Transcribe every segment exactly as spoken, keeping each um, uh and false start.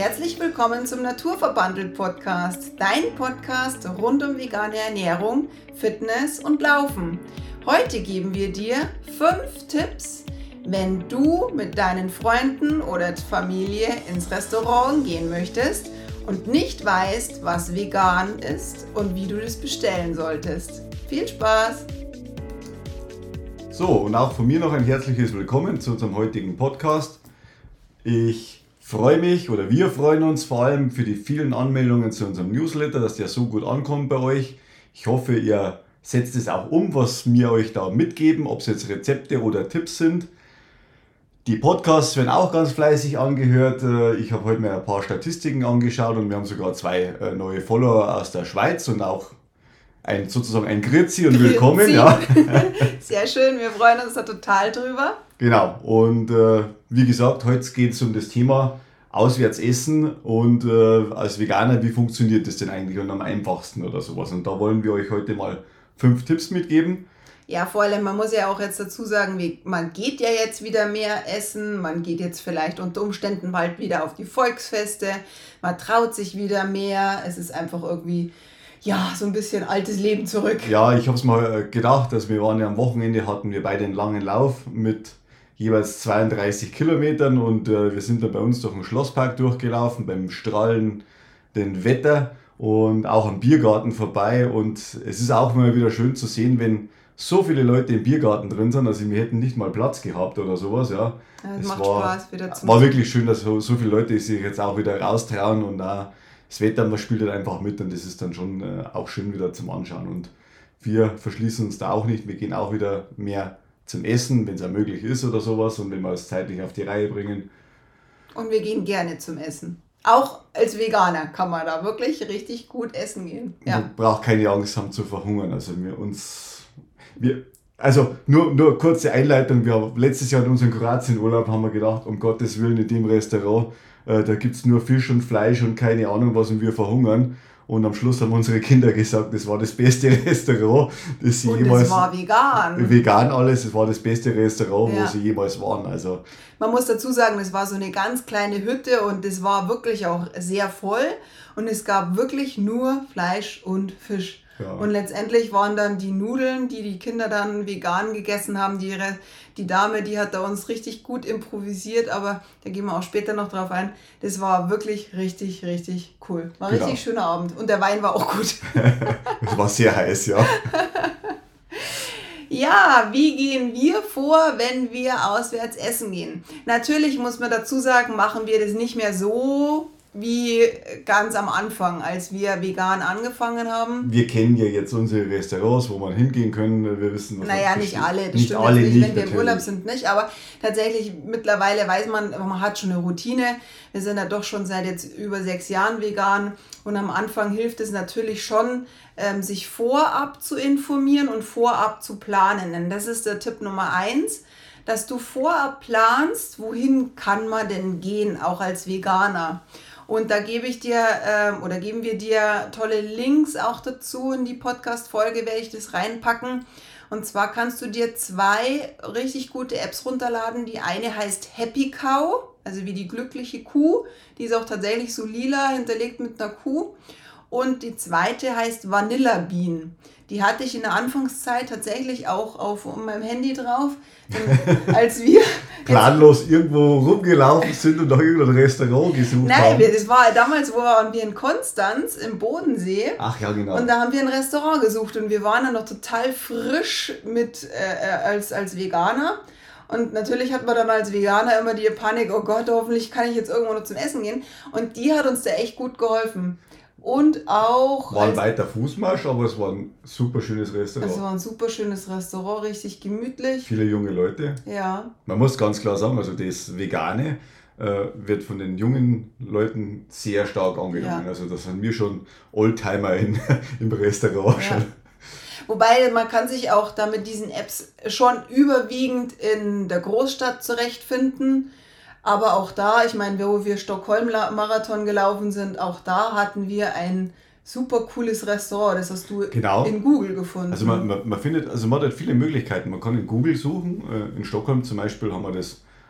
Herzlich willkommen zum Naturverbandelt Podcast, dein Podcast rund um vegane Ernährung, Fitness und Laufen. Heute geben wir dir fünf Tipps, wenn du mit deinen Freunden oder Familie ins Restaurant gehen möchtest und nicht weißt, was vegan ist und wie du das bestellen solltest. Viel Spaß! So, und auch von mir noch ein herzliches Willkommen zu unserem heutigen Podcast. Ich freue mich oder wir freuen uns vor allem für die vielen Anmeldungen zu unserem Newsletter, dass der so gut ankommt bei euch. Ich hoffe, ihr setzt es auch um, was wir euch da mitgeben, ob es jetzt Rezepte oder Tipps sind. Die Podcasts werden auch ganz fleißig angehört. Ich habe heute mir ein paar Statistiken angeschaut und wir haben sogar zwei neue Follower aus der Schweiz und auch ein, sozusagen ein Grüezi und Grüezi. Willkommen. Ja. Sehr schön, wir freuen uns da total drüber. Genau, und äh, wie gesagt, heute geht es um das Thema Auswärtsessen und äh, als Veganer, wie funktioniert das denn eigentlich und am einfachsten oder sowas. Und da wollen wir euch heute mal fünf Tipps mitgeben. Ja, vor allem, man muss ja auch jetzt dazu sagen, wie, man geht ja jetzt wieder mehr essen, man geht jetzt vielleicht unter Umständen bald wieder auf die Volksfeste, man traut sich wieder mehr, es ist einfach irgendwie, ja, so ein bisschen altes Leben zurück. Ja, ich habe es mal gedacht, dass wir waren ja am Wochenende, hatten wir beide einen langen Lauf mit jeweils zweiunddreißig Kilometern und äh, wir sind da bei uns durch den Schlosspark durchgelaufen, beim strahlenden Wetter und auch am Biergarten vorbei und es ist auch mal wieder schön zu sehen, wenn so viele Leute im Biergarten drin sind, also wir hätten nicht mal Platz gehabt oder sowas, ja. Ja, es es macht war, Spaß wieder zum war wirklich schön, dass so, so viele Leute sich jetzt auch wieder raustrauen und auch das Wetter, man spielt halt einfach mit und das ist dann schon äh, auch schön wieder zum Anschauen und wir verschließen uns da auch nicht, wir gehen auch wieder mehr zum Essen, wenn es auch möglich ist oder sowas und wenn wir es zeitlich auf die Reihe bringen. Und wir gehen gerne zum Essen. Auch als Veganer kann man da wirklich richtig gut essen gehen. Ja. Man braucht keine Angst haben zu verhungern, also wir uns, wir, also nur, nur kurze Einleitung, wir haben letztes Jahr in unserem Kroatien-Urlaub haben wir gedacht, um Gottes Willen in dem Restaurant, äh, da gibt es nur Fisch und Fleisch und keine Ahnung was und wir verhungern. Und am Schluss haben unsere Kinder gesagt, das war das beste Restaurant, das sie und jemals... Und es war vegan. Vegan alles, es war das beste Restaurant, ja. wo sie jemals waren. Also man muss dazu sagen, es war so eine ganz kleine Hütte und es war wirklich auch sehr voll. Und es gab wirklich nur Fleisch und Fisch. Ja. Und letztendlich waren dann die Nudeln, die die Kinder dann vegan gegessen haben. Die, die Dame, die hat da uns richtig gut improvisiert, aber da gehen wir auch später noch drauf ein. Das war wirklich richtig, richtig cool. War ein genau. richtig schöner Abend. Und der Wein war auch gut. Es war sehr heiß, ja. Ja, wie gehen wir vor, wenn wir auswärts essen gehen? Natürlich muss man dazu sagen, machen wir das nicht mehr so wie ganz am Anfang, als wir vegan angefangen haben. Wir kennen ja jetzt unsere Restaurants, wo man hingehen können. Wir wissen, was Naja, nicht alle, das nicht stimmt alle nicht, nicht, wenn wir natürlich. im Urlaub sind, nicht. Aber tatsächlich mittlerweile weiß man, man hat schon eine Routine. Wir sind ja doch schon seit jetzt über sechs Jahren vegan. Und am Anfang hilft es natürlich schon, ähm, sich vorab zu informieren und vorab zu planen. Denn das ist der Tipp Nummer eins, dass du vorab planst, wohin kann man denn gehen, auch als Veganer. Und da gebe ich dir ähm, oder geben wir dir tolle Links auch dazu in die Podcast-Folge, werde ich das reinpacken. Und zwar kannst du dir zwei richtig gute Apps runterladen. Die eine heißt Happy Cow, also wie die glückliche Kuh. Die ist auch tatsächlich so lila hinterlegt mit einer Kuh. Und die zweite heißt Vanilla Bean. Die hatte ich in der Anfangszeit tatsächlich auch auf meinem Handy drauf. Denn als wir planlos irgendwo rumgelaufen sind und nach irgendeinem Restaurant gesucht Nein, haben. Nein, das war damals, wo waren wir in Konstanz im Bodensee. Ach ja, genau. Und da haben wir ein Restaurant gesucht und wir waren dann noch total frisch mit äh, als, als Veganer. Und natürlich hat man dann als Veganer immer die Panik, oh Gott, hoffentlich kann ich jetzt irgendwo noch zum Essen gehen. Und die hat uns da echt gut geholfen. Und auch... War ein weiter Fußmarsch, aber es war ein super schönes Restaurant. Es war ein super schönes Restaurant, richtig gemütlich. Viele junge Leute. Ja. Man muss ganz klar sagen, also das Vegane äh, wird von den jungen Leuten sehr stark angenommen. Ja. Also das sind wir schon Oldtimer in, im Restaurant ja. schon. Wobei man kann sich auch da mit diesen Apps schon überwiegend in der Großstadt zurechtfinden. Aber auch da, ich meine, wo wir Stockholm-Marathon gelaufen sind, auch da hatten wir ein super cooles Restaurant. Das hast du genau. in Google gefunden. Also man, man, man findet, also man hat viele Möglichkeiten. Man kann in Google suchen. In Stockholm zum Beispiel haben wir das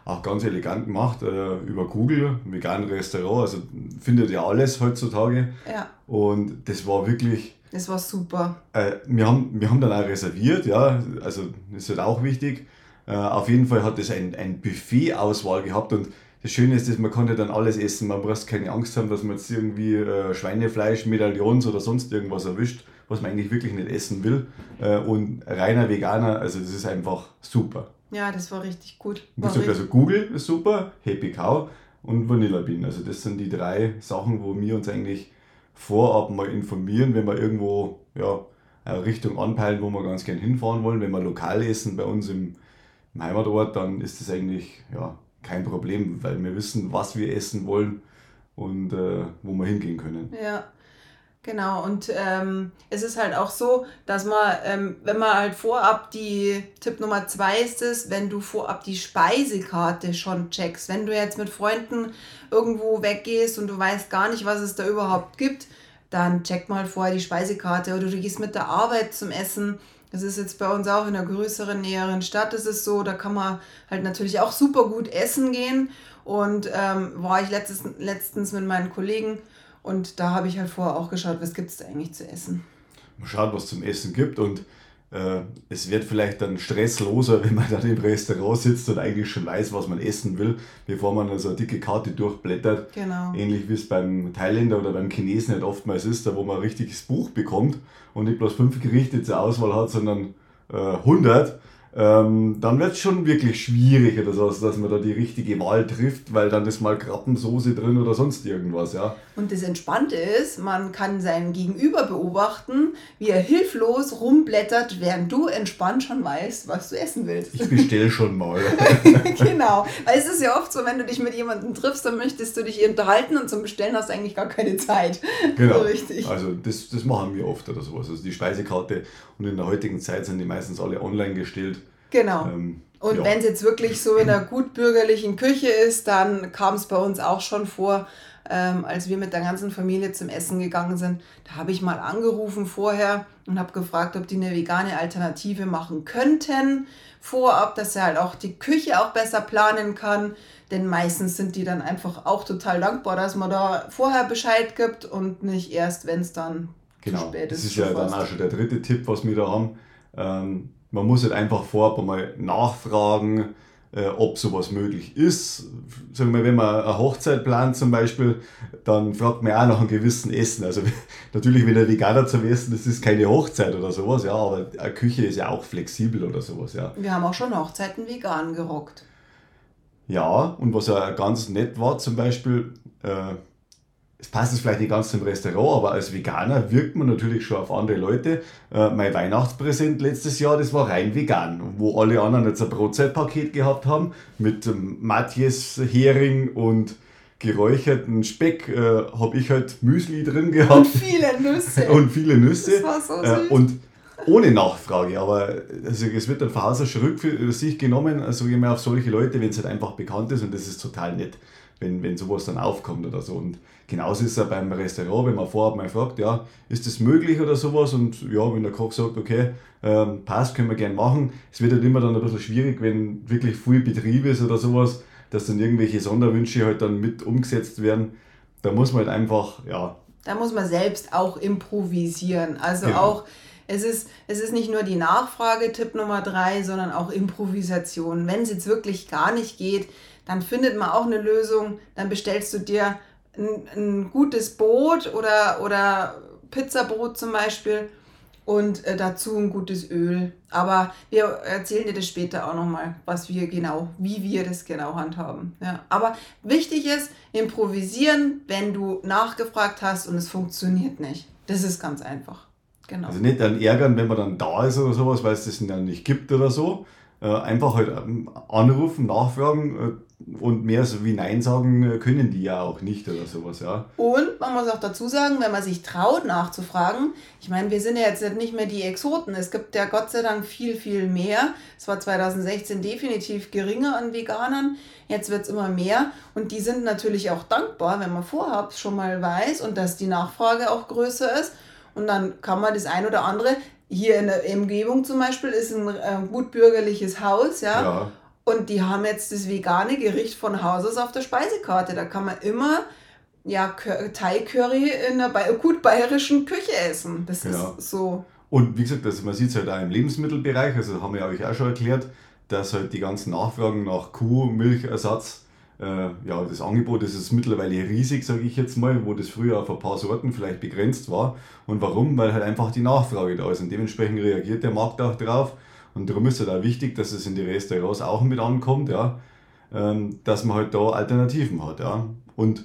auch ganz elegant gemacht, äh, über Google, vegan Restaurant, also findet ja alles heutzutage. Ja. Und das war wirklich... Das war super. Äh, wir, haben, wir haben dann auch reserviert, ja, also das ist halt auch wichtig. Äh, auf jeden Fall hat es ein, ein Buffet-Auswahl gehabt und das Schöne ist, dass man kann ja dann alles essen. Man braucht keine Angst haben, dass man jetzt irgendwie äh, Schweinefleisch, Medaillons oder sonst irgendwas erwischt, was man eigentlich wirklich nicht essen will. Äh, und reiner Veganer, also das ist einfach super. Ja, das war richtig gut. Wie gesagt, also Google ist super, Happy Cow und Vanilla Bean. Also das sind die drei Sachen, wo wir uns eigentlich vorab mal informieren, wenn wir irgendwo ja, eine Richtung anpeilen, wo wir ganz gern hinfahren wollen. Wenn wir lokal essen bei uns im, im Heimatort, dann ist das eigentlich ja, kein Problem, weil wir wissen, was wir essen wollen und äh, wo wir hingehen können. Ja, genau. Und ähm, es ist halt auch so, dass man, ähm, wenn man halt vorab die, Tipp Nummer zwei ist es, wenn du vorab die Speisekarte schon checkst. Wenn du jetzt mit Freunden irgendwo weggehst und du weißt gar nicht, was es da überhaupt gibt, dann check mal vorher die Speisekarte oder du gehst mit der Arbeit zum Essen. Das ist jetzt bei uns auch in einer größeren, näheren Stadt, ist es so, da kann man halt natürlich auch super gut essen gehen. Und ähm, war ich letztens, letztens mit meinen Kollegen und da habe ich halt vorher auch geschaut, was gibt es da eigentlich zu essen. Man schaut, was zum Essen gibt und äh, es wird vielleicht dann stressloser, wenn man dann im Restaurant sitzt und eigentlich schon weiß, was man essen will, bevor man so eine dicke Karte durchblättert. Genau. Ähnlich wie es beim Thailänder oder beim Chinesen halt oftmals ist, da wo man ein richtiges Buch bekommt und nicht bloß fünf Gerichte zur Auswahl hat, sondern äh, hundert. Ähm, dann wird es schon wirklich schwierig, oder so, dass man da die richtige Wahl trifft, weil dann ist mal Krabbensoße drin oder sonst irgendwas. Ja. Und das Entspannte ist, man kann seinen Gegenüber beobachten, wie er hilflos rumblättert, während du entspannt schon weißt, was du essen willst. Ich bestell schon mal. Genau, weil es ist ja oft so, wenn du dich mit jemandem triffst, dann möchtest du dich unterhalten und zum Bestellen hast du eigentlich gar keine Zeit. Genau, so richtig. Also das, das machen wir oft oder sowas. Also die Speisekarte und in der heutigen Zeit sind die meistens alle online gestellt. Genau. Ähm, und ja. wenn es jetzt wirklich so in einer gut bürgerlichen Küche ist, dann kam es bei uns auch schon vor, ähm, als wir mit der ganzen Familie zum Essen gegangen sind. Da habe ich mal angerufen vorher und habe gefragt, ob die eine vegane Alternative machen könnten vorab, dass er halt auch die Küche auch besser planen kann. Denn meistens sind die dann einfach auch total dankbar, dass man da vorher Bescheid gibt und nicht erst, wenn es dann genau. zu spät ist. Das ist ja dann auch schon der dritte Tipp, was wir da haben. Ähm, Man muss halt einfach vorab einmal nachfragen, äh, ob sowas möglich ist. Sagen wir, wenn man eine Hochzeit plant zum Beispiel, dann fragt man auch nach einem gewissen Essen. Also natürlich, wenn ein Veganer zum Essen, das ist keine Hochzeit oder sowas, ja, aber eine Küche ist ja auch flexibel oder sowas, ja. Wir haben auch schon Hochzeiten vegan gerockt. Ja, und was ja ganz nett war zum Beispiel, äh, es passt jetzt vielleicht nicht ganz zum Restaurant, aber als Veganer wirkt man natürlich schon auf andere Leute. Äh, mein Weihnachtspräsent letztes Jahr, das war rein vegan, wo alle anderen jetzt ein Brotzeitpaket gehabt haben mit ähm, Matjes, Hering und geräucherten Speck, äh, habe ich halt Müsli drin gehabt. Und viele Nüsse. und viele Nüsse. Das war so äh, süß. und ohne Nachfrage, aber also es wird dann von Haus aus schon Rücksicht genommen, also immer auf solche Leute, wenn es halt einfach bekannt ist und das ist total nett, wenn, wenn sowas dann aufkommt oder so. Und genauso ist es ja beim Restaurant, wenn man vorab mal fragt, ja, ist das möglich oder sowas? Und ja, wenn der Koch sagt, okay, ähm, passt, können wir gerne machen. Es wird halt immer dann ein bisschen schwierig, wenn wirklich viel Betrieb ist oder sowas, dass dann irgendwelche Sonderwünsche halt dann mit umgesetzt werden. Da muss man halt einfach, ja. Da muss man selbst auch improvisieren. Also Genau. auch, es ist, es ist nicht nur die Nachfrage, Tipp Nummer drei, sondern auch Improvisation. Wenn es jetzt wirklich gar nicht geht, dann findet man auch eine Lösung, dann bestellst du dir ein, ein gutes Brot oder, oder Pizzabrot zum Beispiel und äh, dazu ein gutes Öl. Aber wir erzählen dir das später auch nochmal, was wir genau, wie wir das genau handhaben. Ja. Aber wichtig ist, improvisieren, wenn du nachgefragt hast und es funktioniert nicht. Das ist ganz einfach. Genau. Also nicht dann ärgern, wenn man dann da ist oder sowas, weil es das dann nicht gibt oder so. Äh, einfach halt anrufen, nachfragen äh, und mehr so wie Nein sagen können die ja auch nicht oder sowas, ja. Und man muss auch dazu sagen, wenn man sich traut nachzufragen, ich meine, wir sind ja jetzt nicht mehr die Exoten, es gibt ja Gott sei Dank viel, viel mehr. Es war zwanzig sechzehn definitiv geringer an Veganern, jetzt wird es immer mehr und die sind natürlich auch dankbar, wenn man vorab schon mal weiß und dass die Nachfrage auch größer ist und dann kann man das ein oder andere, hier in der Umgebung zum Beispiel ist ein äh, gut bürgerliches Haus, ja. Ja. Und die haben jetzt das vegane Gericht von Haus aus auf der Speisekarte. Da kann man immer ja, Thai-Curry in einer gut bayerischen Küche essen. Das Genau. ist so. Und wie gesagt, also man sieht es halt auch im Lebensmittelbereich, also haben wir euch auch schon erklärt, dass halt die ganzen Nachfragen nach Kuhmilchersatz, äh, ja, das Angebot das ist mittlerweile riesig, sage ich jetzt mal, wo das früher auf ein paar Sorten vielleicht begrenzt war. Und warum? Weil halt einfach die Nachfrage da ist und dementsprechend reagiert der Markt auch drauf. Und darum ist es halt auch wichtig, dass es in die Restaurants auch mit ankommt, ja, ähm, dass man halt da Alternativen hat. Ja. Und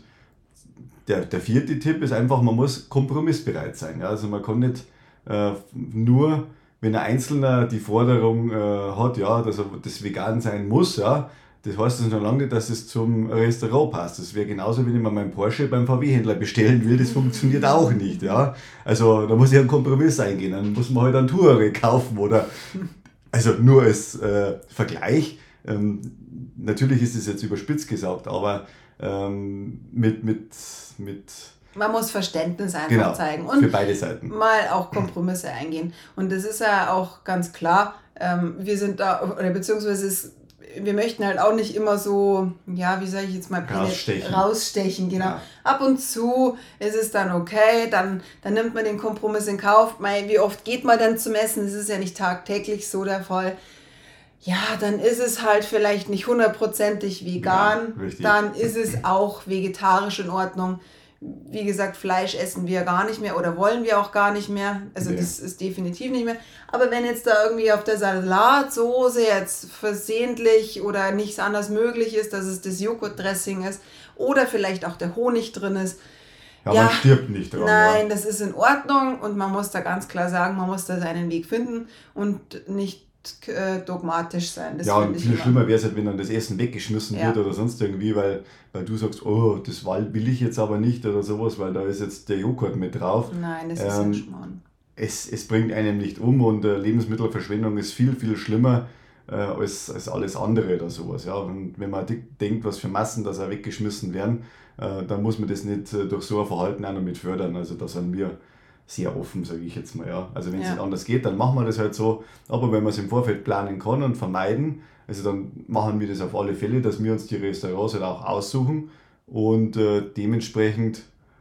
der, der vierte Tipp ist einfach, man muss kompromissbereit sein. Ja. Also man kann nicht äh, nur, wenn ein Einzelner die Forderung äh, hat, ja, dass er das vegan sein muss, ja, das heißt das noch lange nicht, dass es zum Restaurant passt. Das wäre genauso, wenn ich mir meinen Porsche beim V W-Händler bestellen will, das funktioniert auch nicht. Ja. Also da muss ich einen Kompromiss eingehen, dann muss man halt einen Touareg kaufen oder, also nur als äh, Vergleich, ähm, natürlich ist es jetzt überspitzt gesagt, aber ähm, mit, mit, mit Man muss Verständnis einfach genau, zeigen für und beide Seiten. mal auch Kompromisse eingehen. Und das ist ja auch ganz klar, ähm, wir sind da, oder beziehungsweise es, wir möchten halt auch nicht immer so, ja, wie sage ich jetzt mal, Rausstechen. rausstechen, genau. Ja. Ab und zu ist es dann okay, dann, dann nimmt man den Kompromiss in Kauf. Mei, wie oft geht man dann zum Essen? Das ist ja nicht tagtäglich so der Fall. Ja, dann ist es halt vielleicht nicht hundertprozentig vegan, Ja, richtig. dann ist es auch vegetarisch in Ordnung. Wie gesagt, Fleisch essen wir gar nicht mehr oder wollen wir auch gar nicht mehr. Also Nee. das ist definitiv nicht mehr. Aber wenn jetzt da irgendwie auf der Salatsoße jetzt versehentlich oder nichts anderes möglich ist, dass es das Joghurtdressing ist oder vielleicht auch der Honig drin ist, Ja, Ja, man stirbt nicht dran. nein, Ja. das ist in Ordnung und man muss da ganz klar sagen, man muss da seinen Weg finden und nicht äh, dogmatisch sein. Das Ja, finde und ich viel immer. schlimmer wäre es halt, wenn dann das Essen weggeschmissen Ja. wird oder sonst irgendwie, weil, weil du sagst, oh, das will ich jetzt aber nicht oder sowas, weil da ist jetzt der Joghurt mit drauf. Nein, das ist Ähm, ja Schmarrn. Es, es bringt einem nicht um und äh, Lebensmittelverschwendung ist viel, viel schlimmer äh, als, als alles andere oder sowas. Ja. Und wenn man di- denkt, was für Massen da auch weggeschmissen werden, äh, dann muss man das nicht äh, durch so ein Verhalten auch noch mit fördern. Also da sind wir sehr offen, sage ich jetzt mal. Ja. Also wenn es Ja. nicht anders geht, dann machen wir das halt so. Aber wenn man es im Vorfeld planen kann und vermeiden, also dann machen wir das auf alle Fälle, dass wir uns die Restaurants halt auch aussuchen und äh, dementsprechend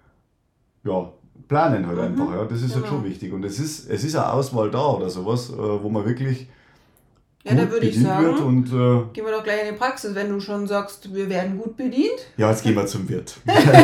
ja, planen halt Mhm, einfach. Ja. Das ist halt genau. schon wichtig. Und es ist, es ist eine Auswahl da oder sowas, äh, wo man wirklich Ja, da gut würde ich bedient sagen, wird. Und äh, gehen wir doch gleich in die Praxis. Wenn du schon sagst, wir werden gut bedient, ja, jetzt gehen wir zum Wirt.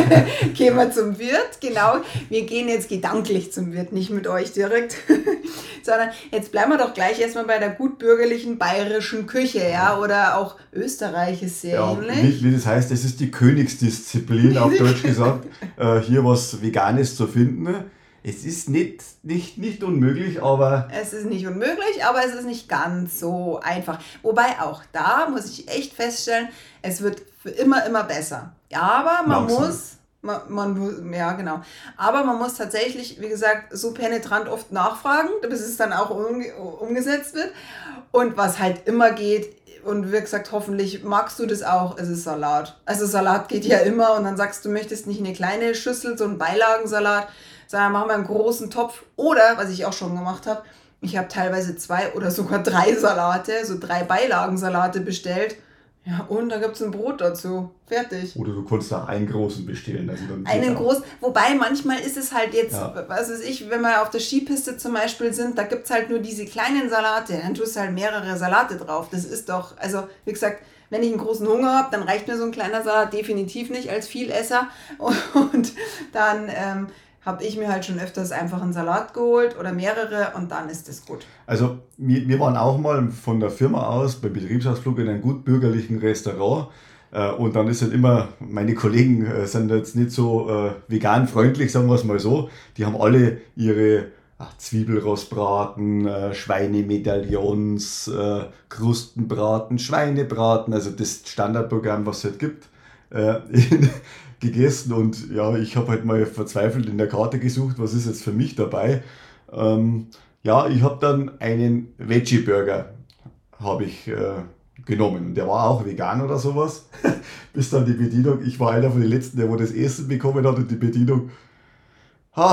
gehen wir zum Wirt. Genau, wir gehen jetzt gedanklich zum Wirt, nicht mit euch direkt, sondern jetzt bleiben wir doch gleich erstmal bei der gutbürgerlichen bayerischen Küche, ja, oder auch Österreich ist sehr Ja, ähnlich. wie, wie das heißt, es ist die Königsdisziplin, auf Deutsch gesagt, äh, hier was Veganes zu finden. Es ist nicht, nicht, nicht unmöglich, aber Es ist nicht unmöglich, aber es ist nicht ganz so einfach. Wobei auch da muss ich echt feststellen, es wird für immer, immer besser. Ja, aber man Langsam. muss, man, man, muss- ja genau, aber man muss tatsächlich, wie gesagt, so penetrant oft nachfragen, bis es dann auch umge umgesetzt wird. Und was halt immer geht, und wie gesagt, hoffentlich magst du das auch, es ist Salat. Also Salat geht ja immer und dann sagst du, möchtest nicht eine kleine Schüssel, so einen Beilagensalat, sondern machen wir einen großen Topf. Oder, was ich auch schon gemacht habe, ich habe teilweise zwei oder sogar drei Salate, so drei Beilagensalate bestellt. Ja, und da gibt es ein Brot dazu. Fertig. oder du kannst auch einen großen bestellen. Also dann geht's Einen auch. großen, wobei manchmal ist es halt jetzt, Ja. was weiß ich, wenn wir auf der Skipiste zum Beispiel sind, da gibt es halt nur diese kleinen Salate, dann tust du halt mehrere Salate drauf. Das ist doch, also wie gesagt, wenn ich einen großen Hunger habe, dann reicht mir so ein kleiner Salat definitiv nicht als Vielesser. Und dann ähm, habe ich mir halt schon öfters einfach einen Salat geholt oder mehrere und dann ist das gut. Also wir, wir waren auch mal von der Firma aus beim Betriebsausflug in einem gut bürgerlichen Restaurant. Äh, Und dann ist halt immer, meine Kollegen äh, sind jetzt nicht so äh, vegan freundlich, sagen wir es mal so. Die haben alle ihre ach, Zwiebelrostbraten, äh, Schweinemedaillons, äh, Krustenbraten, Schweinebraten, also das Standardprogramm, was es halt gibt, äh, gegessen. Und ja, ich habe halt mal verzweifelt in der Karte gesucht, was ist jetzt für mich dabei. Ähm, ja, ich habe dann einen Veggie-Burger habe ich äh, genommen. Und der war auch vegan oder sowas. Bis dann die Bedienung, ich war einer von den Letzten, der wo das Essen bekommen hat und die Bedienung, ah,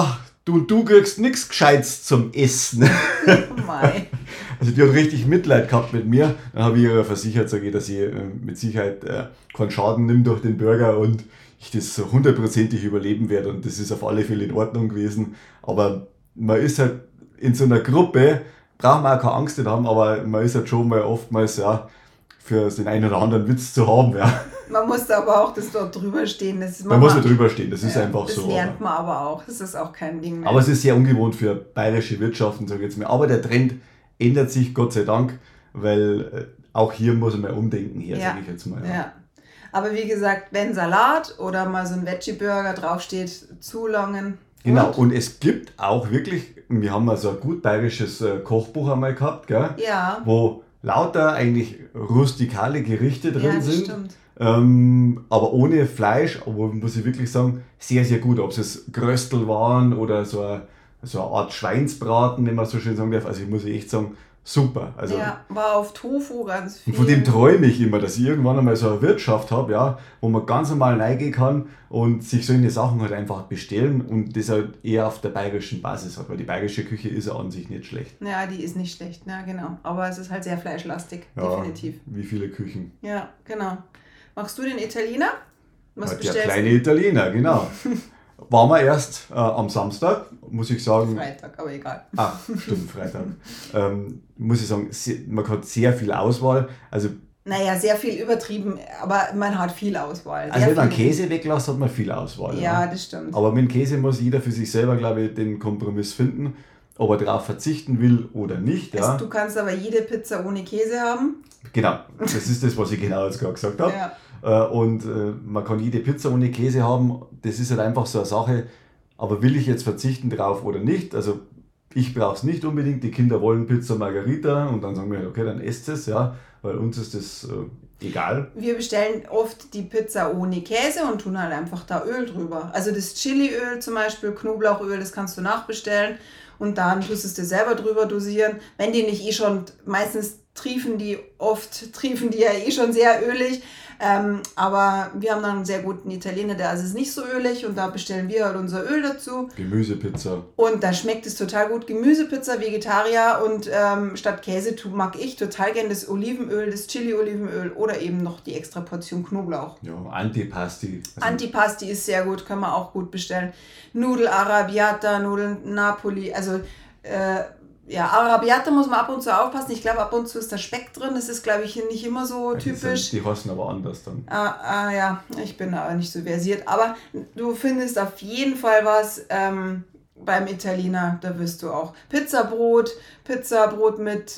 du und du kriegst nichts Gescheites zum Essen. Oh mein. Also die hat richtig Mitleid gehabt mit mir. Dann habe ich ihr versichert, sage ich, dass ich äh, mit Sicherheit äh, keinen Schaden nehme durch den Burger und ich das so hundertprozentig überleben werde. Und das ist auf alle Fälle in Ordnung gewesen. Aber man ist halt in so einer Gruppe, braucht man auch keine Angst haben, aber man ist halt schon mal oftmals ja, für den einen oder anderen Witz zu haben. Ja. Man muss aber auch das dort drüber stehen. Das ist man muss da drüber stehen, das ist ja, einfach das so. Das lernt man aber auch, das ist auch kein Ding mehr. Aber es ist sehr ungewohnt für bayerische Wirtschaften, sage ich jetzt mal. Aber der Trend ändert sich, Gott sei Dank, weil äh, auch hier muss man umdenken, hier, ja. sage ich jetzt mal. Ja. Ja. Aber wie gesagt, wenn Salat oder mal so ein Veggie-Burger draufsteht, zulangen. Genau, und es gibt auch wirklich, wir haben also ein gut bayerisches äh, Kochbuch einmal gehabt, gell? Ja. Wo lauter eigentlich rustikale Gerichte drin ja, sind. Stimmt. Ähm, aber ohne Fleisch, aber muss ich wirklich sagen, sehr, sehr gut. Ob es Gröstel waren oder so eine, so eine Art Schweinsbraten, wenn man so schön sagen darf. Also ich muss echt sagen, super. Also, ja, war auf Tofu ganz viel. Und von dem träume ich immer, dass ich irgendwann einmal so eine Wirtschaft habe, ja, wo man ganz normal reingehen kann und sich solche Sachen halt einfach bestellen und das halt eher auf der bayerischen Basis hat, weil die bayerische Küche ist ja an sich nicht schlecht. Ja, die ist nicht schlecht, ja genau. Aber es ist halt sehr fleischlastig, ja, definitiv. Wie viele Küchen. Ja, genau. Machst du den Italiener? Was halt der bestellst kleine du? Italiener, genau. Waren wir erst äh, am Samstag, muss ich sagen. Freitag, aber egal. Ah, stimmt, Freitag. ähm, muss ich sagen, sehr, man hat sehr viel Auswahl. Also, naja, sehr viel übertrieben, aber man hat viel Auswahl. Sehr also wenn man viel. Käse weglässt, hat man viel Auswahl. Ja, ja, das stimmt. Aber mit dem Käse muss jeder für sich selber, glaube ich, den Kompromiss finden, ob er darauf verzichten will oder nicht. Ja. Also, du kannst aber jede Pizza ohne Käse haben. Genau, das ist das, was ich genau jetzt gerade gesagt habe. Ja. Und äh, man kann jede Pizza ohne Käse haben, das ist halt einfach so eine Sache, aber will ich jetzt verzichten drauf oder nicht? Also ich brauche es nicht unbedingt, die Kinder wollen Pizza Margherita und dann sagen wir, okay, dann esst es, ja, weil uns ist das äh, egal. Wir bestellen oft die Pizza ohne Käse und tun halt einfach da Öl drüber. Also das Chiliöl zum Beispiel, Knoblauchöl, das kannst du nachbestellen und dann tust du es dir selber drüber dosieren. Wenn die nicht eh schon, meistens triefen die, oft triefen die ja eh schon sehr ölig, ähm, aber wir haben dann einen sehr guten Italiener, der ist nicht so ölig und da bestellen wir halt unser Öl dazu. Gemüsepizza. Und da schmeckt es total gut. Gemüsepizza, Vegetarier und ähm, statt Käse mag ich total gern das Olivenöl, das Chili-Olivenöl oder eben noch die extra Portion Knoblauch. Ja, Antipasti. Also Antipasti ist sehr gut, kann man auch gut bestellen. Nudel Arrabbiata, Nudeln Napoli, also äh, ja, Arrabbiata muss man ab und zu aufpassen. Ich glaube, ab und zu ist da Speck drin. Das ist, glaube ich, nicht immer so die typisch. Sind, die heißen aber anders dann. Ah, ah ja, ich bin aber nicht so versiert. Aber du findest auf jeden Fall was ähm, beim Italiener. Da wirst du auch Pizzabrot, Pizzabrot mit,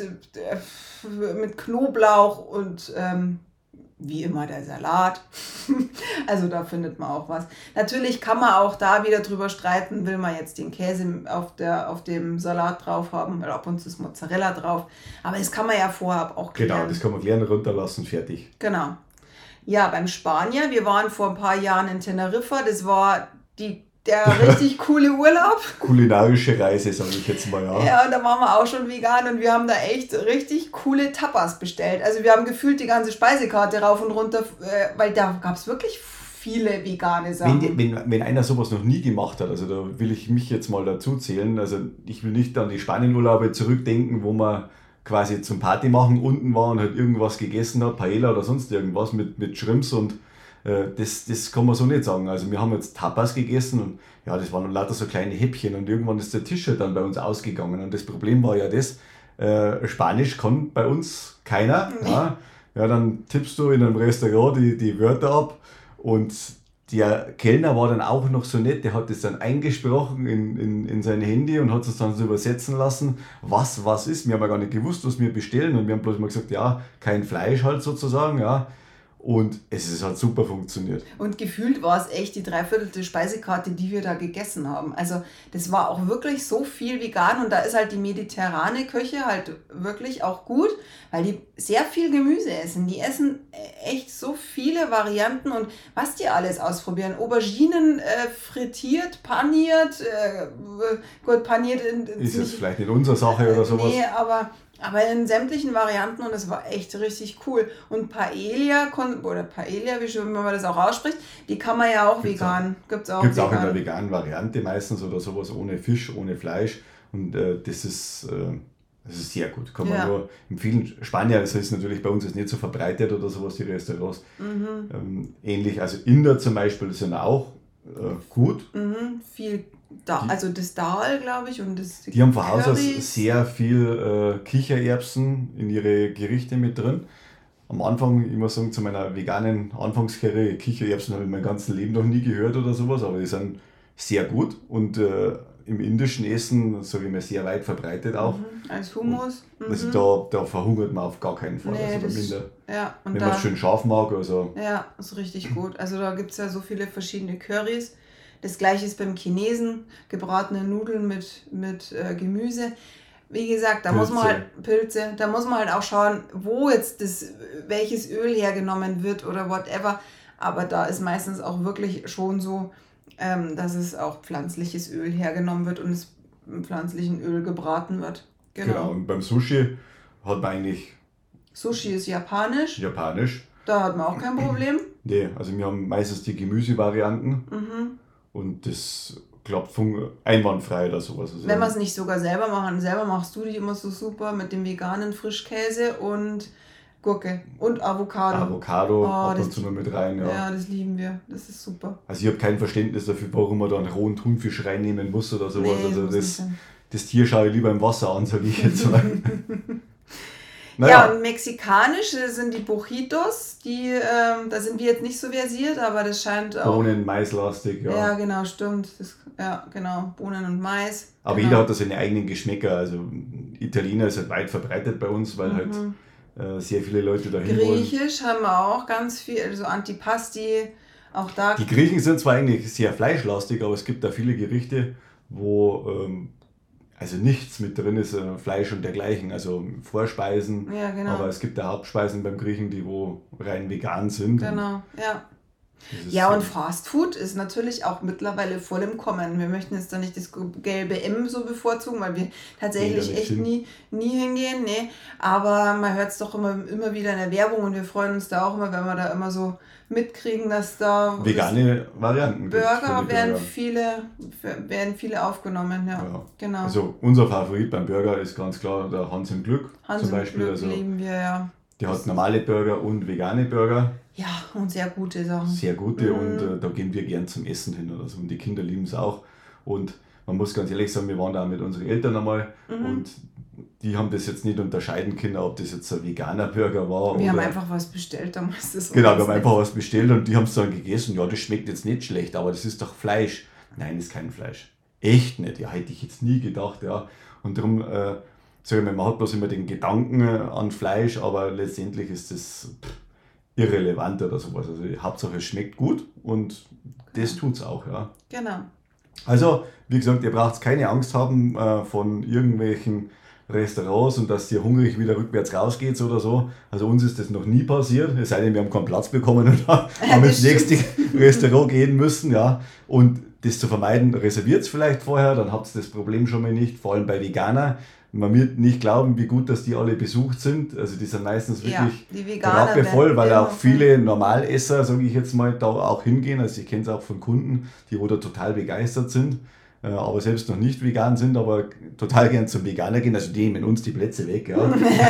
äh, mit Knoblauch und ähm, wie immer der Salat. Also da findet man auch was. Natürlich kann man auch da wieder drüber streiten, will man jetzt den Käse auf, der, auf dem Salat drauf haben, weil ab und zu ist Mozzarella drauf. Aber das kann man ja vorab auch klären. Genau, das kann man klären, runterlassen, fertig. Genau. Ja, beim Spanier, wir waren vor ein paar Jahren in Teneriffa, das war die, der richtig coole Urlaub. Kulinarische Reise, sage ich jetzt mal, ja. Ja, und da waren wir auch schon vegan und wir haben da echt richtig coole Tapas bestellt. Also wir haben gefühlt die ganze Speisekarte rauf und runter, äh, weil da gab es wirklich viele vegane Sachen. Wenn, wenn, wenn einer sowas noch nie gemacht hat, also da will ich mich jetzt mal dazu zählen, also ich will nicht an die Spanienurlaube zurückdenken, wo man quasi zum Party machen unten war und halt irgendwas gegessen hat, Paella oder sonst irgendwas mit, mit Shrimps und äh, das, das kann man so nicht sagen. Also wir haben jetzt Tapas gegessen und ja, das waren lauter so kleine Häppchen und irgendwann ist der Tisch halt dann bei uns ausgegangen und das Problem war ja das, äh, Spanisch kann bei uns keiner. Nee. Ja, ja, dann tippst du in einem Restaurant die, die Wörter ab und der Kellner war dann auch noch so nett, der hat das dann eingesprochen in, in, in sein Handy und hat es dann so übersetzen lassen, was was ist. Wir haben ja gar nicht gewusst, was wir bestellen und wir haben bloß mal gesagt, ja, kein Fleisch halt sozusagen, ja. Und es ist, hat super funktioniert. Und gefühlt war es echt die dreiviertelte Speisekarte, die wir da gegessen haben. Also das war auch wirklich so viel vegan und da ist halt die mediterrane Küche halt wirklich auch gut, weil die sehr viel Gemüse essen. Die essen echt so viele Varianten und was die alles ausprobieren. Auberginen äh, frittiert, paniert, äh, gut paniert. In, ist es vielleicht nicht unsere Sache oder sowas? Nee, aber... Aber in sämtlichen Varianten und das war echt richtig cool. Und Paella, oder Paella, wie schon man das auch ausspricht, die kann man ja auch Gibt's vegan. Gibt es auch, Gibt's auch in der veganen Variante meistens oder sowas ohne Fisch, ohne Fleisch. Und äh, das ist... Äh, Das ist sehr gut, kann man ja. nur empfehlen. Spanier, das ist natürlich bei uns jetzt nicht so verbreitet oder sowas, die Restaurants. Mhm. Ähm, ähnlich, also Inder zum Beispiel sind auch äh, gut. Mhm. Viel, da, also das Dal, glaube ich, und das Die haben von Haus aus sehr viel äh, Kichererbsen in ihre Gerichte mit drin. Am Anfang, ich muss sagen, zu meiner veganen Anfangskarriere, Kichererbsen habe ich mein ganzes Leben noch nie gehört oder sowas, aber die sind sehr gut und äh, im indischen Essen, sage ich mal, sehr weit verbreitet auch. Mhm. Als Hummus. Mhm. Also da, da verhungert man auf gar keinen Fall. Nee, also das, minder, ja, und wenn da, man es schön scharf mag. Also. Ja, ist richtig gut. Also da gibt es ja so viele verschiedene Currys. Das gleiche ist beim Chinesen, gebratene Nudeln mit, mit äh, Gemüse. Wie gesagt, da Pilze. muss man halt Pilze, da muss man halt auch schauen, wo jetzt das, welches Öl hergenommen wird oder whatever. Aber da ist meistens auch wirklich schon so, ähm, dass es auch pflanzliches Öl hergenommen wird und es im pflanzlichen Öl gebraten wird. Genau. genau, und beim Sushi hat man eigentlich... Sushi ist japanisch. Japanisch. Da hat man auch kein Problem. Nee, also wir haben meistens die Gemüsevarianten mhm. und das klappt einwandfrei oder sowas. Also wenn wir es nicht sogar selber machen, selber machst du die immer so super mit dem veganen Frischkäse und Gurke und Avocado. Avocado oh, ab und zu noch mit rein, ja. Ja, das lieben wir. Das ist super. Also ich habe kein Verständnis dafür, warum man da einen rohen Thunfisch reinnehmen muss oder sowas. Nee, also das, das, das Tier schaue ich lieber im Wasser an, sage ich jetzt mal. Naja. Ja, und mexikanisch sind die Burritos, die, ähm, da sind wir jetzt nicht so versiert, aber das scheint auch... Bohnen, maislastig, ja. Ja, genau, stimmt. Das, ja, genau, Bohnen und Mais. Aber genau. jeder hat da seine eigenen Geschmäcker. Also Italiener ist halt weit verbreitet bei uns, weil mhm. halt äh, sehr viele Leute dahin wollen. Griechisch haben wir auch ganz viel, also Antipasti, auch da... Die Griechen sind zwar eigentlich sehr fleischlastig, aber es gibt da viele Gerichte, wo... Ähm, also nichts mit drin ist, äh, Fleisch und dergleichen, also Vorspeisen, ja, genau. aber es gibt ja Hauptspeisen beim Griechen, die wo rein vegan sind. Genau, ja. Ja, und Fast Food ist natürlich auch mittlerweile voll im Kommen. Wir möchten jetzt da nicht das gelbe M so bevorzugen, weil wir tatsächlich nee, echt nie, nie hingehen, nee. Aber man hört es doch immer, immer wieder in der Werbung und wir freuen uns da auch immer, wenn wir da immer so mitkriegen, dass da vegane Varianten Burger werden viele, werden viele aufgenommen, ja. ja. Genau. Also unser Favorit beim Burger ist ganz klar der Hans im Glück Hans zum im Beispiel. Glück also lieben wir, ja. Der hat normale Burger und vegane Burger. Ja, und sehr gute Sachen. Sehr gute mhm. und äh, da gehen wir gern zum Essen hin oder so. Und die Kinder lieben es auch. Und man muss ganz ehrlich sagen, wir waren da mit unseren Eltern einmal mhm. und die haben das jetzt nicht unterscheiden können, ob das jetzt ein veganer Burger war. Wir oder haben einfach was bestellt, da muss das Genau, wir haben einfach was bestellt und die haben es dann gegessen. Ja, das schmeckt jetzt nicht schlecht, aber das ist doch Fleisch. Nein, das ist kein Fleisch. Echt nicht. Ja, hätte ich jetzt nie gedacht, ja. Und darum, äh, sag ich mal, man hat bloß immer den Gedanken an Fleisch, aber letztendlich ist das pff, irrelevant oder sowas. Also Hauptsache es schmeckt gut und das tut es auch, ja. Genau. Also, wie gesagt, ihr braucht keine Angst haben äh, von irgendwelchen Restaurants und dass ihr hungrig wieder rückwärts rausgeht oder so. Also uns ist das noch nie passiert, es sei denn, wir haben keinen Platz bekommen und haben ins nächste Restaurant gehen müssen, ja. Und das zu vermeiden, reserviert es vielleicht vorher, dann habt ihr das Problem schon mal nicht, vor allem bei Veganer. Man wird nicht glauben, wie gut, dass die alle besucht sind. Also die sind meistens wirklich ja, rappevoll, weil auch viele Normalesser, sage ich jetzt mal, da auch hingehen. Also ich kenne es auch von Kunden, die wo da total begeistert sind, aber selbst noch nicht vegan sind, aber total gern zum Veganer gehen. Also die nehmen uns die Plätze weg. Ja.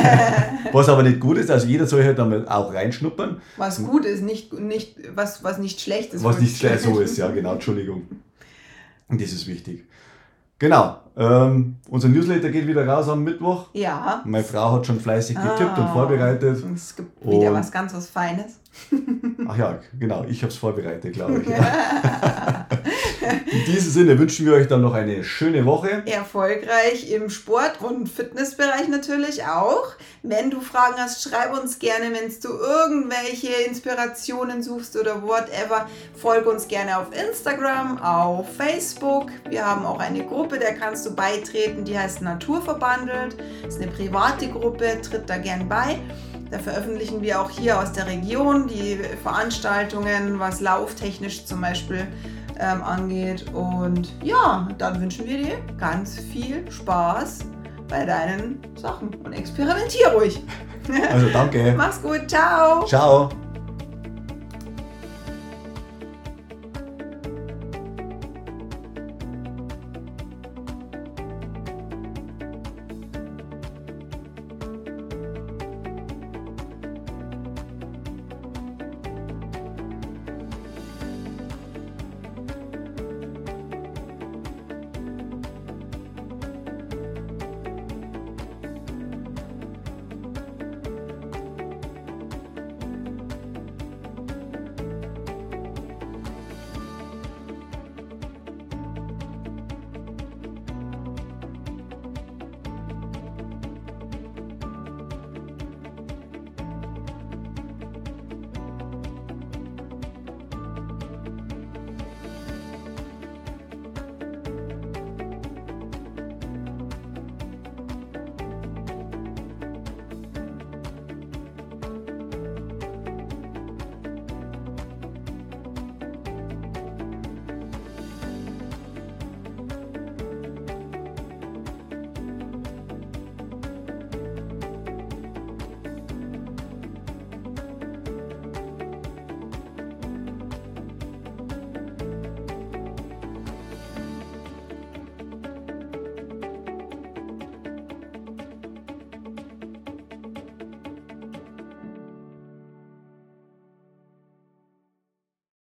Was aber nicht gut ist, also jeder soll halt damit auch reinschnuppern. Was gut ist, nicht, nicht, was, was nicht schlecht ist. Was nicht schlecht so ist, ja genau, Entschuldigung. Und das ist wichtig. Genau, ähm, unser Newsletter geht wieder raus am Mittwoch. Ja. Meine Frau hat schon fleißig getippt ah, und vorbereitet. Es gibt wieder und, was ganz was Feines. Ach ja, genau, ich habe es vorbereitet, glaube ich. Ja. In diesem Sinne wünschen wir euch dann noch eine schöne Woche. Erfolgreich im Sport- und Fitnessbereich natürlich auch. Wenn du Fragen hast, schreib uns gerne, wenn du irgendwelche Inspirationen suchst oder whatever. Folge uns gerne auf Instagram, auf Facebook. Wir haben auch eine Gruppe, der kannst du beitreten, die heißt Naturverbandelt. Das ist eine private Gruppe, tritt da gern bei. Da veröffentlichen wir auch hier aus der Region die Veranstaltungen, was lauftechnisch zum Beispiel ähm, angeht. Und ja, dann wünschen wir dir ganz viel Spaß bei deinen Sachen und experimentier ruhig. Also danke. Mach's gut, ciao. Ciao.